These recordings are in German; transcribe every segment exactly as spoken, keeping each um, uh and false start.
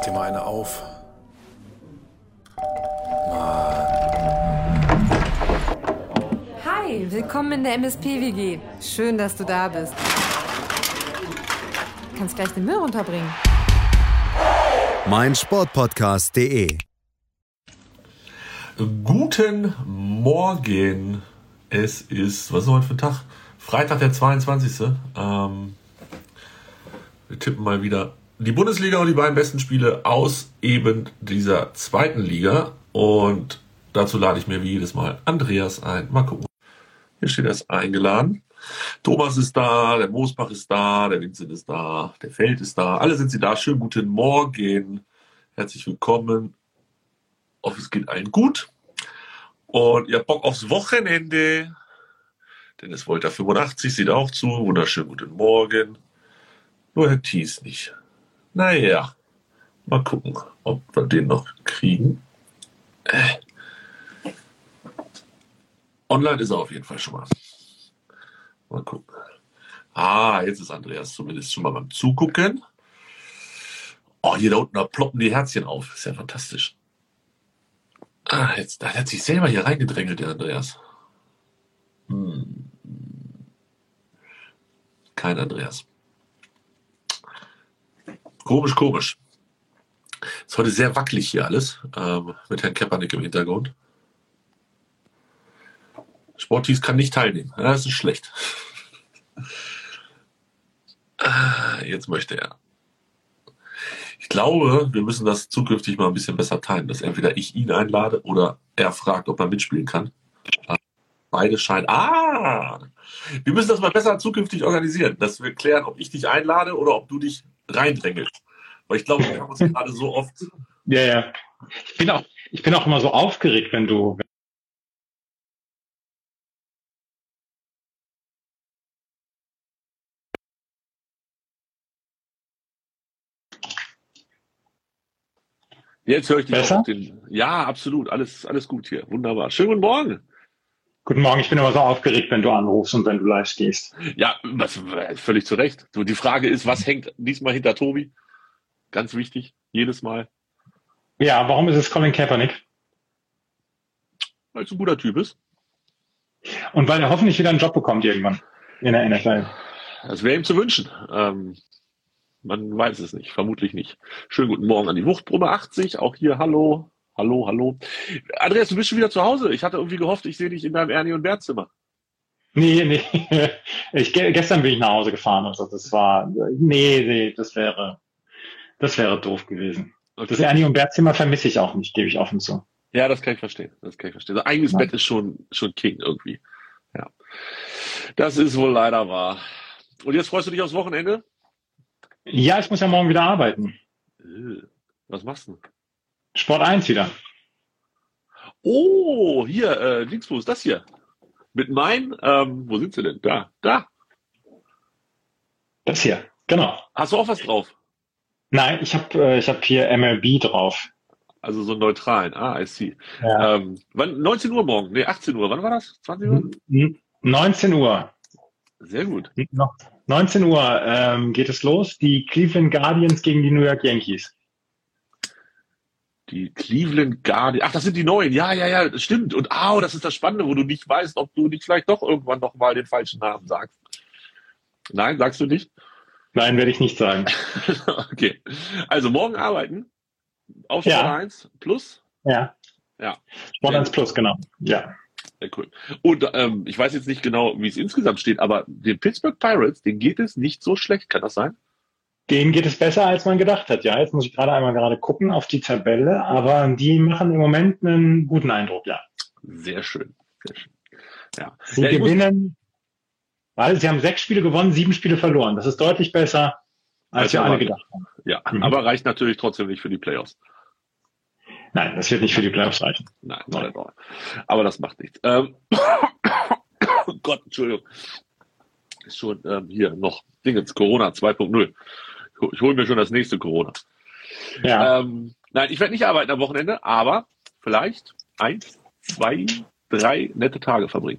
dir mal eine auf. Hi, willkommen in der M S P W G. Schön, dass du da bist. Du kannst gleich den Müll runterbringen. mein Sportpodcast punkt de Guten Morgen. Es ist, was ist heute für ein Tag? Freitag, der zweiundzwanzigste Ähm, wir tippen mal wieder die Bundesliga und die beiden besten Spiele aus eben dieser zweiten Liga. Und dazu lade ich mir wie jedes Mal Andreas ein. Mal gucken. Hier steht er, ist eingeladen. Thomas ist da, der Moosbach ist da, der Vincent ist da, der Feld ist da. Alle sind sie da. Schönen guten Morgen. Herzlich willkommen. Ich hoffe, es geht allen gut. Und ihr habt Bock aufs Wochenende. Dennis Wolter fünfundachtzig sieht auch zu. Wunderschönen guten Morgen. Nur Herr Thies nicht. Naja, mal gucken, ob wir den noch kriegen. Äh. Online ist er auf jeden Fall schon mal. Mal gucken. Ah, jetzt ist Andreas zumindest schon mal beim Zugucken. Oh, hier da unten, da ploppen die Herzchen auf. Ist ja fantastisch. Ah, jetzt, da hat sich selber hier reingedrängelt, der Andreas. Hm. Kein Andreas. Komisch, komisch. Ist heute sehr wackelig hier alles, ähm, mit Herrn Kepanik im Hintergrund. Sporties kann nicht teilnehmen. Ja, das ist schlecht. ah, jetzt möchte er. Ich glaube, wir müssen das zukünftig mal ein bisschen besser teilen, dass entweder ich ihn einlade oder er fragt, ob er mitspielen kann. Beide scheinen. Ah! Wir müssen das mal besser zukünftig organisieren, dass wir klären, ob ich dich einlade oder ob du dich reindrängelst. Weil ich glaube, wir haben uns gerade so oft. Ja, ja. Ich bin auch, ich bin auch immer so aufgeregt, wenn du. Jetzt höre ich dich Besser? auf den. Ja, absolut. Alles, alles gut hier. Wunderbar. Schönen guten Morgen. Guten Morgen, ich bin immer so aufgeregt, wenn du anrufst und wenn du live gehst. Ja, was, völlig zu Recht. So, die Frage ist, was hängt diesmal hinter Tobi? Ganz wichtig, jedes Mal. Ja, warum ist es Colin Kaepernick? Weil es ein guter Typ ist. Und weil er hoffentlich wieder einen Job bekommt irgendwann in der N F L. Das wäre ihm zu wünschen. Ähm, man weiß es nicht, vermutlich nicht. Schönen guten Morgen an die Wuchtbrummer achtzig. Auch hier, hallo, hallo, hallo. Andreas, du bist schon wieder zu Hause. Ich hatte irgendwie gehofft, ich sehe dich in deinem Ernie- und Bert-Zimmer. Nee, nee. Ich, gestern bin ich nach Hause gefahren. Also das war, nee, nee, das wäre, das wäre doof gewesen. Okay. Das Ernie- und Bert-Zimmer vermisse ich auch nicht, gebe ich offen zu. Ja, das kann ich verstehen. Das kann ich verstehen. Das eigenes Ja. Bett ist schon, schon King irgendwie. Ja. Das ist wohl leider wahr. Und jetzt freust du dich aufs Wochenende? Ja, ich muss ja morgen wieder arbeiten. Äh, Was machst du? Sport eins wieder. Oh, hier, äh, Dingsfuß, das hier. Mit meinen, ähm, wo sind sie denn? Da, da. Das hier, genau. Hast du auch was drauf? Nein, ich habe äh, ich hab hier M L B drauf. Also so einen neutralen. Ah, I see. Ja. Ähm, wann, neunzehn Uhr morgen? Nee, achtzehn Uhr. Wann war das? zwanzig Uhr? N- neunzehn Uhr. Sehr gut. Noch neunzehn Uhr ähm, geht es los. Die Cleveland Guardians gegen die New York Yankees. Die Cleveland Guardians. Ach, das sind die neuen. Ja, ja, ja, das stimmt. Und au, das ist das Spannende, wo du nicht weißt, ob du nicht vielleicht doch irgendwann noch mal den falschen Namen sagst. Nein, sagst du nicht? Nein, werde ich nicht sagen. Okay. Also morgen arbeiten. Auf Sport Ja. eins plus. Ja. Ja. Sport eins Plus, genau. Ja. Sehr cool. Und ähm, ich weiß jetzt nicht genau, wie es insgesamt steht, aber den Pittsburgh Pirates, denen geht es nicht so schlecht. Kann das sein? Denen geht es besser, als man gedacht hat. Ja, jetzt muss ich gerade einmal gerade gucken auf die Tabelle, aber die machen im Moment einen guten Eindruck, ja. Sehr schön. Sehr schön. Ja. Sie Ja, ich muss- gewinnen, weil sie haben sechs Spiele gewonnen, sieben Spiele verloren. Das ist deutlich besser, als Als wir alle erwartet. gedacht haben. Ja, Mhm. aber reicht natürlich trotzdem nicht für die Playoffs. Nein, das wird nicht für die Playoffs reichen. Nein, not at all. Aber das macht nichts. Ähm, oh Gott, Entschuldigung. Ist schon ähm, hier noch Dingens, Corona zwei Punkt null. Ich, hol- ich hole mir schon das nächste Corona. Ja, Ähm, nein, ich werde nicht arbeiten am Wochenende, aber vielleicht eins, zwei, drei nette Tage verbringen.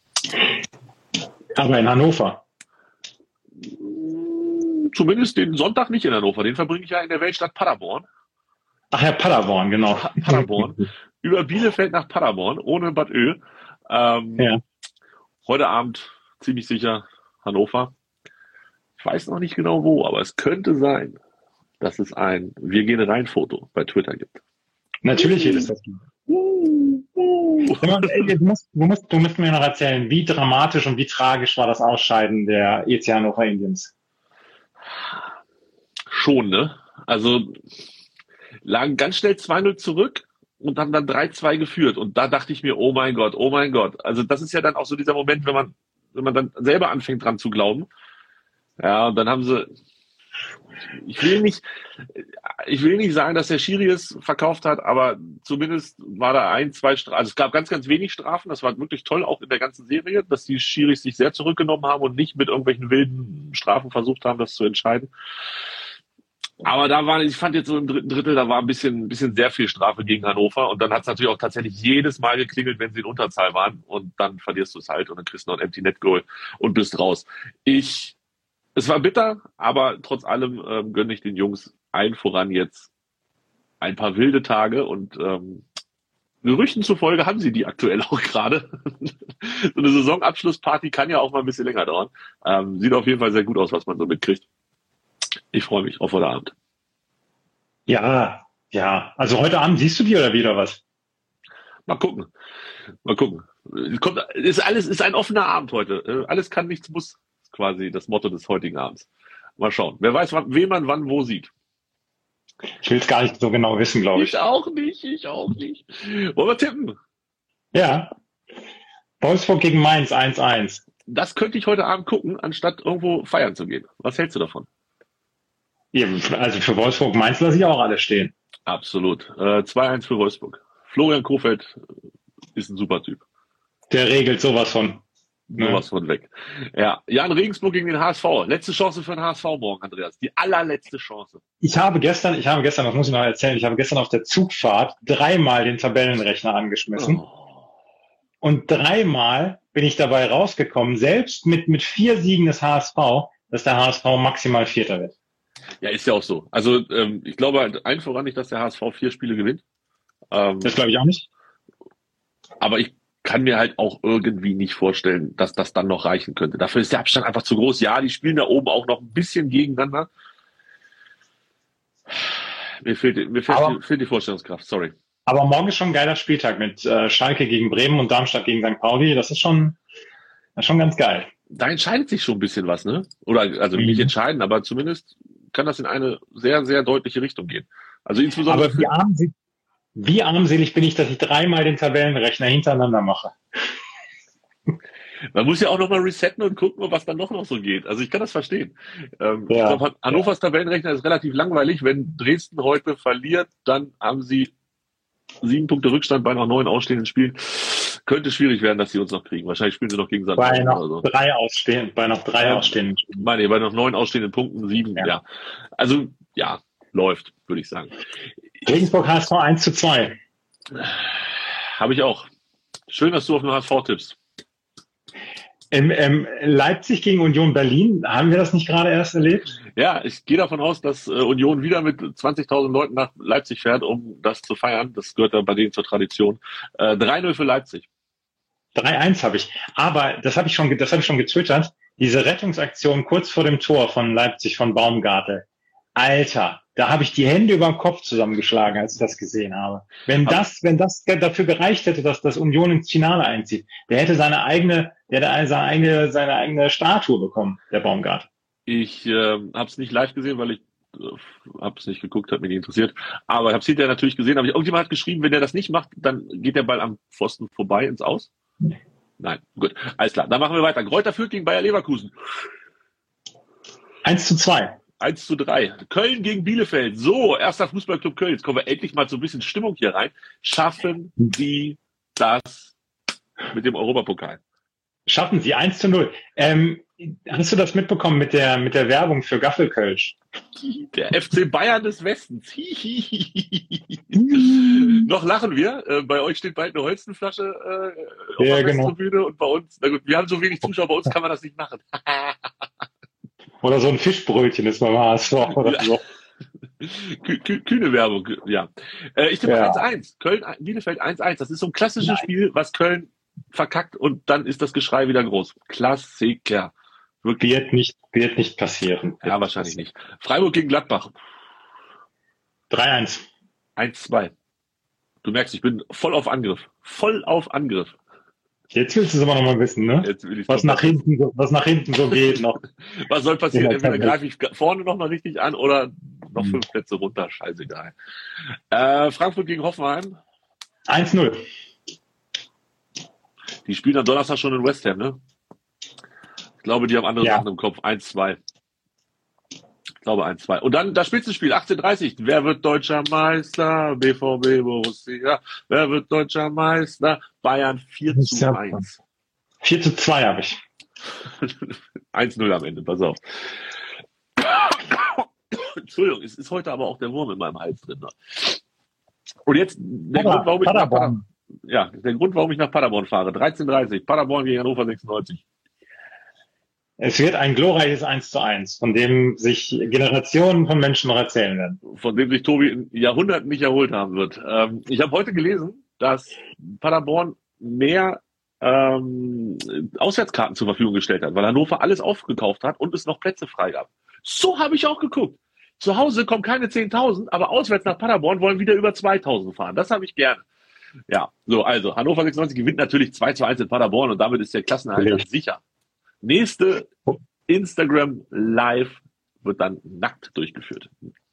aber in Hannover. Zumindest den Sonntag nicht in Hannover. Den verbringe ich ja in der Weltstadt Paderborn. Ach ja, Paderborn, genau. Paderborn. Über Bielefeld nach Paderborn, ohne Bad Ö. Ähm, Ja. Heute Abend ziemlich sicher Hannover. Ich weiß noch nicht genau wo, aber es könnte sein, dass es ein Wir gehen rein Foto bei Twitter gibt. Natürlich wird es das geben. Uh, uh. Du musst, du, musst, du musst mir noch erzählen, wie dramatisch und wie tragisch war das Ausscheiden der E C Hannover Indians? Schon, ne? Also lagen ganz schnell zwei null zurück und haben dann drei zwei geführt. Und da dachte ich mir, oh mein Gott, oh mein Gott. Also das ist ja dann auch so dieser Moment, wenn man, wenn man dann selber anfängt dran zu glauben. Ja, und dann haben sie, ich will nicht, ich will nicht sagen, dass der Schiri es verkauft hat, aber zumindest war da ein, zwei Strafen. Also es gab ganz, ganz wenig Strafen. Das war wirklich toll, auch in der ganzen Serie, dass die Schiris sich sehr zurückgenommen haben und nicht mit irgendwelchen wilden Strafen versucht haben, das zu entscheiden. Aber da war, ich fand jetzt so im dritten Drittel, da war ein bisschen, ein bisschen sehr viel Strafe gegen Hannover. Und dann hat es natürlich auch tatsächlich jedes Mal geklingelt, wenn sie in Unterzahl waren. Und dann verlierst du es halt und dann kriegst du noch ein Empty Net Goal und bist raus. Ich, es war bitter, aber trotz allem ähm, gönne ich den Jungs allen voran jetzt ein paar wilde Tage und ähm, Gerüchten zufolge haben sie die aktuell auch gerade. So eine Saisonabschlussparty kann ja auch mal ein bisschen länger dauern. Ähm, sieht auf jeden Fall sehr gut aus, was man so mitkriegt. Ich freue mich auf heute Abend. Ja, ja. Also heute Abend siehst du die oder wieder was? Mal gucken. Mal gucken. Kommt, ist alles, ist ein offener Abend heute. Alles kann, nichts muss. Ist quasi das Motto des heutigen Abends. Mal schauen. Wer weiß, wen man wann wo sieht. Ich will es gar nicht so genau wissen, glaube ich. Ich auch nicht, ich auch nicht. Wollen wir tippen? Ja. Wolfsburg gegen Mainz eins eins. Das könnte ich heute Abend gucken, anstatt irgendwo feiern zu gehen. Was hältst du davon? Ja, also für Wolfsburg Mainz lasse ich auch alles stehen. Absolut. Äh, zwei eins für Wolfsburg. Florian Kohfeldt ist ein super Typ. Der regelt sowas von. Ne? Sowas von weg. Ja, Jan Regensburg gegen den H S V. Letzte Chance für den H S V morgen, Andreas. Die allerletzte Chance. Ich habe gestern, ich habe gestern, das muss ich noch erzählen, ich habe gestern auf der Zugfahrt dreimal den Tabellenrechner angeschmissen. Oh. Und dreimal bin ich dabei rausgekommen, selbst mit, mit vier Siegen des H S V, dass der H S V maximal Vierter wird. Ja, ist ja auch so. Also ähm, ich glaube allen voran nicht, dass der H S V vier Spiele gewinnt. Ähm, das glaube ich auch nicht. Aber ich kann mir halt auch irgendwie nicht vorstellen, dass das dann noch reichen könnte. Dafür ist der Abstand einfach zu groß. Ja, die spielen da oben auch noch ein bisschen gegeneinander. Mir fehlt, mir fehlt, aber, fehlt die Vorstellungskraft, sorry. Aber morgen ist schon ein geiler Spieltag mit äh, Schalke gegen Bremen und Darmstadt gegen Sankt Pauli. Das ist schon, das ist schon ganz geil. Da entscheidet sich schon ein bisschen was, ne? Oder also mhm. nicht entscheiden, aber zumindest kann das in eine sehr, sehr deutliche Richtung gehen. Also insbesondere. Aber wie, armselig, wie armselig bin ich, dass ich dreimal den Tabellenrechner hintereinander mache. Man muss ja auch nochmal resetten und gucken, was dann noch, noch so geht. Also ich kann das verstehen. Ähm, ja, ich glaube, Hannovers ja. Tabellenrechner ist relativ langweilig. Wenn Dresden heute verliert, dann haben sie sieben Punkte Rückstand bei noch neun ausstehenden Spielen. Könnte schwierig werden, dass sie uns noch kriegen. Wahrscheinlich spielen sie noch gegen Sandhausen. Bei noch oder so. drei ausstehen, bei noch drei ja, ausstehenden Spielen. Meine, bei noch neun ausstehenden Punkten, sieben, ja. ja. Also, ja, läuft, würde ich sagen. Regensburg H S V eins zu zwei. Habe ich auch. Schön, dass du auf den H S V tippst. Ähm, ähm, Leipzig gegen Union Berlin, haben wir das nicht gerade erst erlebt? Ja, ich gehe davon aus, dass äh, Union wieder mit zwanzigtausend Leuten nach Leipzig fährt, um das zu feiern. Das gehört ja bei denen zur Tradition. Äh, drei null für Leipzig. drei eins habe ich. Aber das habe ich schon, das habe ich schon getwittert. Diese Rettungsaktion kurz vor dem Tor von Leipzig von Baumgartel. Alter, da habe ich die Hände über den Kopf zusammengeschlagen, als ich das gesehen habe. Wenn das, wenn das dafür gereicht hätte, dass das Union ins Finale einzieht, der hätte seine eigene, der hätte seine eigene, seine eigene Statue bekommen, der Baumgart. Ich äh, habe es nicht live gesehen, weil ich äh, habe es nicht geguckt, hat mich nicht interessiert. Aber ich habe es hinterher natürlich gesehen. Aber irgendjemand hat geschrieben, wenn der das nicht macht, dann geht der Ball am Pfosten vorbei ins Aus. Nein, gut, alles klar. Dann machen wir weiter. Greuther Fürth gegen Bayer Leverkusen. eins zu zwei. eins zu drei. Köln gegen Bielefeld. So, erster Fußballclub Köln. Jetzt kommen wir endlich mal so ein bisschen Stimmung hier rein. Schaffen die das mit dem Europapokal? Schaffen sie. eins zu null. Ähm, hast du das mitbekommen mit der, mit der Werbung für Gaffelkölsch? Der F C Bayern des Westens. Noch lachen wir. Äh, bei euch steht bald eine Holzenflasche äh, auf ja, der genau. Westtribüne und bei uns, na gut, wir haben so wenig Zuschauer, bei uns kann man das nicht machen. Oder so ein Fischbrötchen ist beim H S V oder so. Kü kü kühne Werbung, ja. Äh, ich tippe Ja. eins eins. Köln, Bielefeld eins eins. Das ist so ein klassisches Nein. Spiel, was Köln verkackt und dann ist das Geschrei wieder groß. Klassiker. Wirklich. Wird nicht, wird nicht passieren. Ja, wahrscheinlich nicht. Freiburg gegen Gladbach. drei eins. eins zwei. Du merkst, ich bin voll auf Angriff. Voll auf Angriff. Jetzt willst du es aber noch mal wissen, ne? Jetzt will ich Was nach hinten so, was nach hinten so geht noch. Was soll passieren? Ja, Entweder kann greife ich vorne noch mal richtig an oder noch Mhm. fünf Plätze runter. Scheißegal. Äh, Frankfurt gegen Hoffenheim. eins null. Die spielen am Donnerstag schon in West Ham, ne? Ich glaube, die haben andere Ja. Sachen im Kopf. eins zwei. Ich glaube eins zwei. Und dann das Spitzenspiel, achtzehn Uhr dreißig. Wer wird deutscher Meister? B V B Borussia. Wer wird deutscher Meister? Bayern vier zu Ja. eins. vier zu zwei habe ich. eins null am Ende, pass auf. Entschuldigung, es ist heute aber auch der Wurm in meinem Hals drin. Ne? Und jetzt der Pada- Grund, warum ich nach Paderborn. Paderborn, ja, der Grund, warum ich nach Paderborn fahre. dreizehn Uhr dreißig. Paderborn gegen Hannover sechsundneunzig. Es wird ein glorreiches eins zu eins, von dem sich Generationen von Menschen noch erzählen werden. Von dem sich Tobi in Jahrhunderten nicht erholt haben wird. Ähm, ich habe heute gelesen, dass Paderborn mehr ähm, Auswärtskarten zur Verfügung gestellt hat, weil Hannover alles aufgekauft hat und es noch Plätze frei gab. So habe ich auch geguckt. Zu Hause kommen keine zehntausend, aber auswärts nach Paderborn wollen wieder über zweitausend fahren. Das habe ich gerne. Ja, so, also Hannover sechsundneunzig gewinnt natürlich zwei zu eins in Paderborn und damit ist der Klassenerhalt dann sicher. Nächste Instagram Live wird dann nackt durchgeführt.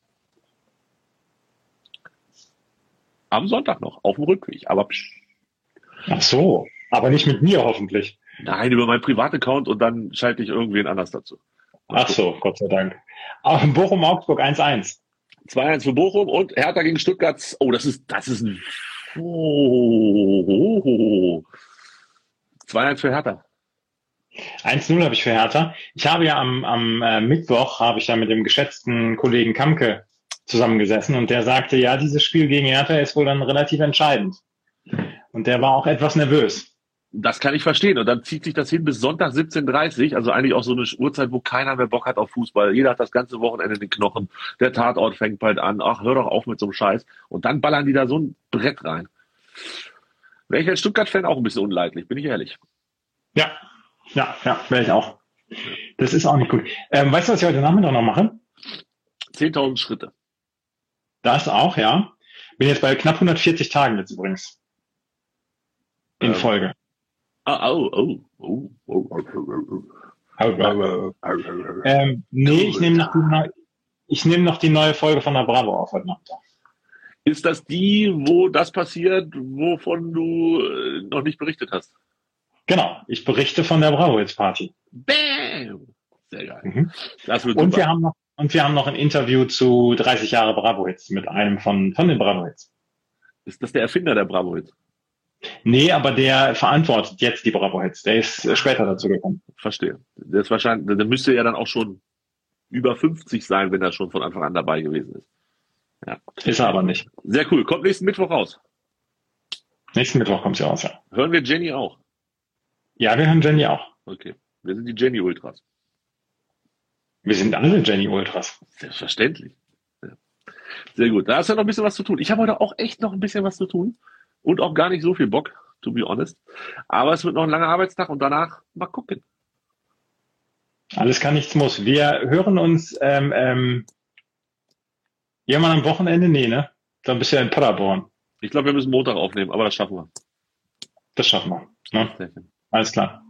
Am Sonntag noch, auf dem Rückweg. Aber psch, Ach so, aber nicht mit mir hoffentlich. nein, über meinen Privataccount und dann schalte ich irgendwen anders dazu. Ach so, Gott sei Dank. Aber Bochum-Augsburg eins eins. zwei eins für Bochum und Hertha gegen Stuttgart. Oh, das ist, das ist ein oh, oh, oh. zwei eins für Hertha. eins null habe ich für Hertha. Ich habe ja am, am äh, Mittwoch, habe ich ja mit dem geschätzten Kollegen Kamke zusammengesessen und der sagte, ja, dieses Spiel gegen Hertha ist wohl dann relativ entscheidend. Und der war auch etwas nervös. Das kann ich verstehen. Und dann zieht sich das hin bis Sonntag siebzehn Uhr dreißig. Also eigentlich auch so eine Uhrzeit, wo keiner mehr Bock hat auf Fußball. Jeder hat das ganze Wochenende in den Knochen. Der Tatort fängt bald an. Ach, hör doch auf mit so einem Scheiß. Und dann ballern die da so ein Brett rein. Wäre ich als Stuttgart-Fan auch ein bisschen unleidlich, bin ich ehrlich. Ja, ja, ja, wäre ich auch. Das ist auch nicht gut. Ähm, weißt du, was ich heute Nachmittag noch mache? zehntausend Schritte. Das auch, ja. Bin jetzt bei knapp hundertvierzig Tagen jetzt übrigens. In Ähm. Folge. Ah, oh, oh, oh, oh, oh, oh, oh. Ähm, nee, ich nehme noch, die neu- ich nehme noch die neue Folge von der Bravo auf heute Nachmittag. Ist das die, wo das passiert, wovon du äh, noch nicht berichtet hast? Genau, ich berichte von der Bravo Hits Party. Bam! Sehr geil. Mhm. Das wird Und super. wir haben noch und wir haben noch ein Interview zu dreißig Jahre Bravo Hits mit einem von von den Bravo Hits. Ist das der Erfinder der Bravo Hits? Nee, aber der verantwortet jetzt die Bravo Hits. Der ist äh, später dazu gekommen. Verstehe. Der ist wahrscheinlich, der müsste ja dann auch schon über fünfzig sein, wenn er schon von Anfang an dabei gewesen ist. Ja. Ist er aber nicht. Sehr cool. Kommt nächsten Mittwoch raus. Nächsten Mittwoch kommt sie raus, ja. Hören wir Jenny auch? Ja, wir hören Jenny auch. Okay. Wir sind die Jenny Ultras. Wir sind alle Jenny Ultras. Selbstverständlich. Ja. Sehr gut. Da hast du ja noch ein bisschen was zu tun. Ich habe heute auch echt noch ein bisschen was zu tun. Und auch gar nicht so viel Bock, to be honest. Aber es wird noch ein langer Arbeitstag und danach mal gucken. Alles kann, nichts muss. Wir hören uns ähm, ähm, jemand am Wochenende? Nee, ne? Dann bist du ja in Paderborn. Ich glaube, wir müssen Montag aufnehmen, aber das schaffen wir. Das schaffen wir. Ne? Sehr schön. Alles klar.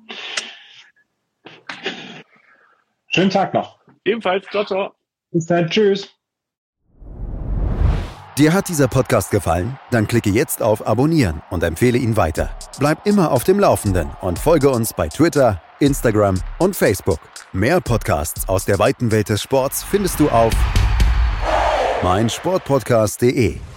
Schönen Tag noch. Ebenfalls. Ciao, ciao. Bis dann. Tschüss. Dir hat dieser Podcast gefallen? Dann klicke jetzt auf Abonnieren und empfehle ihn weiter. Bleib immer auf dem Laufenden und folge uns bei Twitter, Instagram und Facebook. Mehr Podcasts aus der weiten Welt des Sports findest du auf meinsportpodcast punkt de.